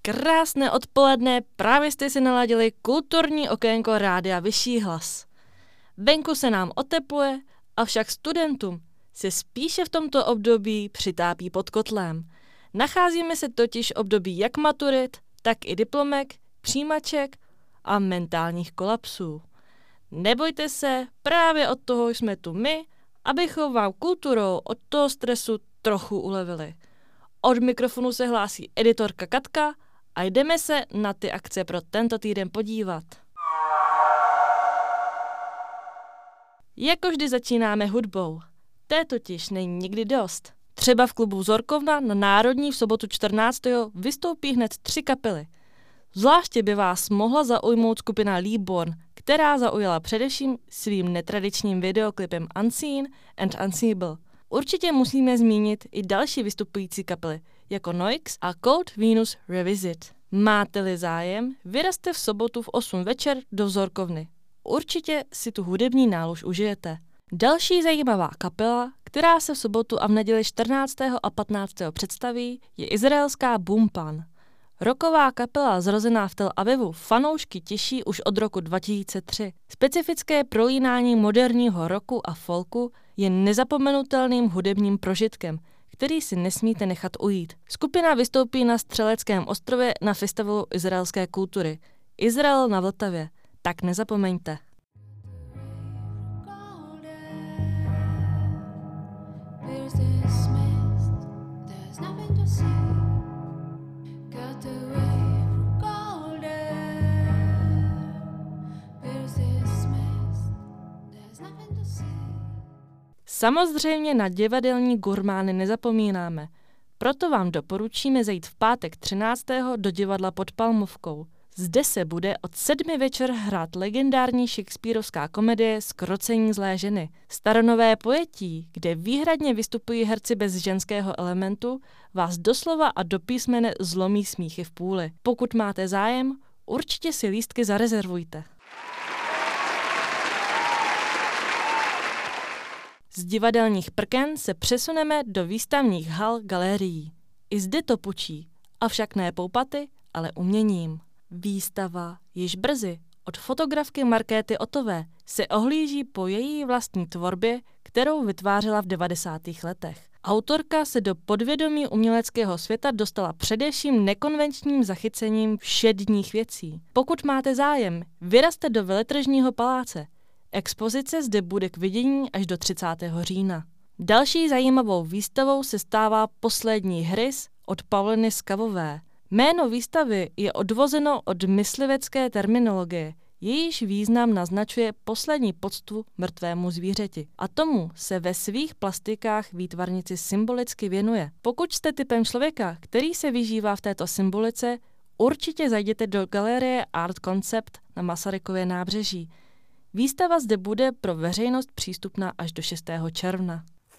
Krásné odpoledne, právě jste si naladili kulturní okénko Rádia Vyšší hlas. Venku se nám otepluje, avšak studentům se spíše v tomto období přitápí pod kotlem. Nacházíme se totiž v období jak maturit, tak i diplomek, přijímaček a mentálních kolapsů. Nebojte se, právě od toho jsme tu my, abychom vám kulturou od toho stresu trochu ulevili. Od mikrofonu se hlásí editorka Katka a jdeme se na ty akce pro tento týden podívat. Jako vždy začínáme hudbou. Té totiž není nikdy dost. Třeba v klubu Zorkovna na Národní v sobotu 14. vystoupí hned 3 kapely. Zvláště by vás mohla zaujmout skupina Leeborn, která zaujala především svým netradičním videoklipem Unseen and Unseeable. Určitě musíme zmínit i další vystupující kapely, jako Noix a Cold Venus Revisit. Máte-li zájem, vyrazte v sobotu v 8 večer do Vzorkovny. Určitě si tu hudební nálož užijete. Další zajímavá kapela, která se v sobotu a v neděli 14. a 15. představí, je izraelská Boompan. Rocková kapela zrozená v Tel Avivu fanoušky těší už od roku 2003. Specifické prolínání moderního rocku a folku je nezapomenutelným hudebním prožitkem, který si nesmíte nechat ujít. Skupina vystoupí na Střeleckém ostrově na festivalu izraelské kultury Izrael na Vltavě, tak nezapomeňte. Samozřejmě na divadelní gurmány nezapomínáme, proto vám doporučíme zajít v pátek 13. do divadla pod Palmovkou. Zde se bude od 7 večer hrát legendární shakespearovská komedie Zkrocení zlé ženy. Staronové pojetí, kde výhradně vystupují herci bez ženského elementu, vás doslova a do písmene zlomí smíchy v půli. Pokud máte zájem, určitě si lístky zarezervujte. Z divadelních prken se přesuneme do výstavních hal galerií. I zde to pučí, avšak ne poupaty, ale uměním. Výstava již brzy od fotografky Markéty Ottové se ohlíží po její vlastní tvorbě, kterou vytvářela v 90. letech. Autorka se do podvědomí uměleckého světa dostala především nekonvenčním zachycením všedních věcí. Pokud máte zájem, vyrazte do Veletržního paláce. Expozice zde bude k vidění až do 30. října. Další zajímavou výstavou se stává Poslední hrys od Pauliny Skavové. Jméno výstavy je odvozeno od myslivecké terminologie, jejíž význam naznačuje poslední poctu mrtvému zvířeti. A tomu se ve svých plastikách výtvarnici symbolicky věnuje. Pokud jste typem člověka, který se vyžívá v této symbolice, určitě zajděte do galerie Art Concept na Masarykově nábřeží. Výstava zde bude pro veřejnost přístupná až do 6. června.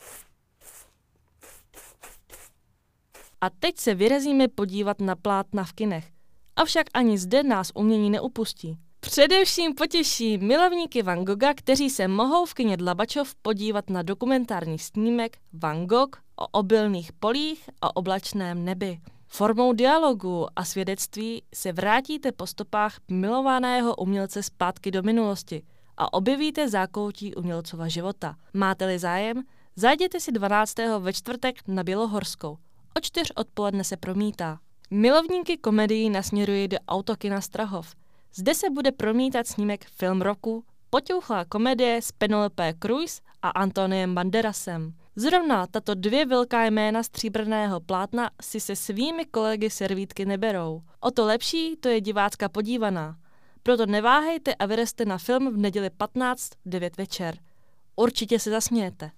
A teď se vyrazíme podívat na plátna v kinech. Avšak ani zde nás umění neupustí. Především potěší milovníky Van Gogha, kteří se mohou v kině Dlabačov podívat na dokumentární snímek Van Gogh o obilných polích a oblačném nebi. Formou dialogu a svědectví se vrátíte po stopách milovaného umělce zpátky do minulosti a objevíte zákoutí umělcova života. Máte-li zájem, zajděte si 12. ve čtvrtek na Bělohorskou. O 4 odpoledne se promítá. Milovníky komedií nasměrují do autokina Strahov. Zde se bude promítat snímek Film roku, poťouchlá komedie s Penelope Cruz a Antoniem Banderasem. Zrovna tato 2 velká jména stříbrného plátna si se svými kolegy servítky neberou. O to lepší to je divácka podívaná. Proto neváhejte a vyrazte na film v neděli 15 v 9 večer. Určitě se zasmějete.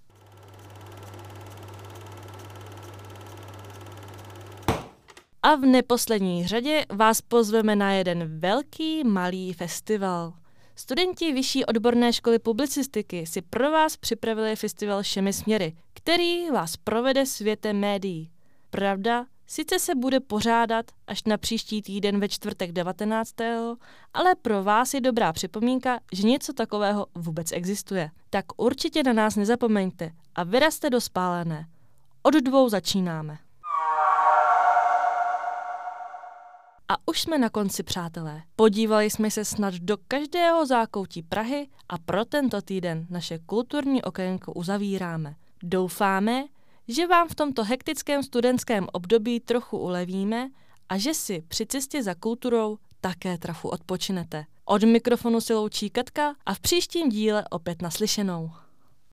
A v neposlední řadě vás pozveme na jeden velký malý festival. Studenti Vyšší odborné školy publicistiky si pro vás připravili festival Všemi směry, který vás provede světem médií. Pravda, sice se bude pořádat až na příští týden ve čtvrtek 19., ale pro vás je dobrá připomínka, že něco takového vůbec existuje. Tak určitě na nás nezapomeňte a vyrazte do Spálené. Od 2 začínáme. A už jsme na konci, přátelé. Podívali jsme se snad do každého zákoutí Prahy a pro tento týden naše kulturní okénko uzavíráme. Doufáme, že vám v tomto hektickém studentském období trochu ulevíme a že si při cestě za kulturou také trochu odpočinete. Od mikrofonu se loučí Katka a v příštím díle opět naslyšenou.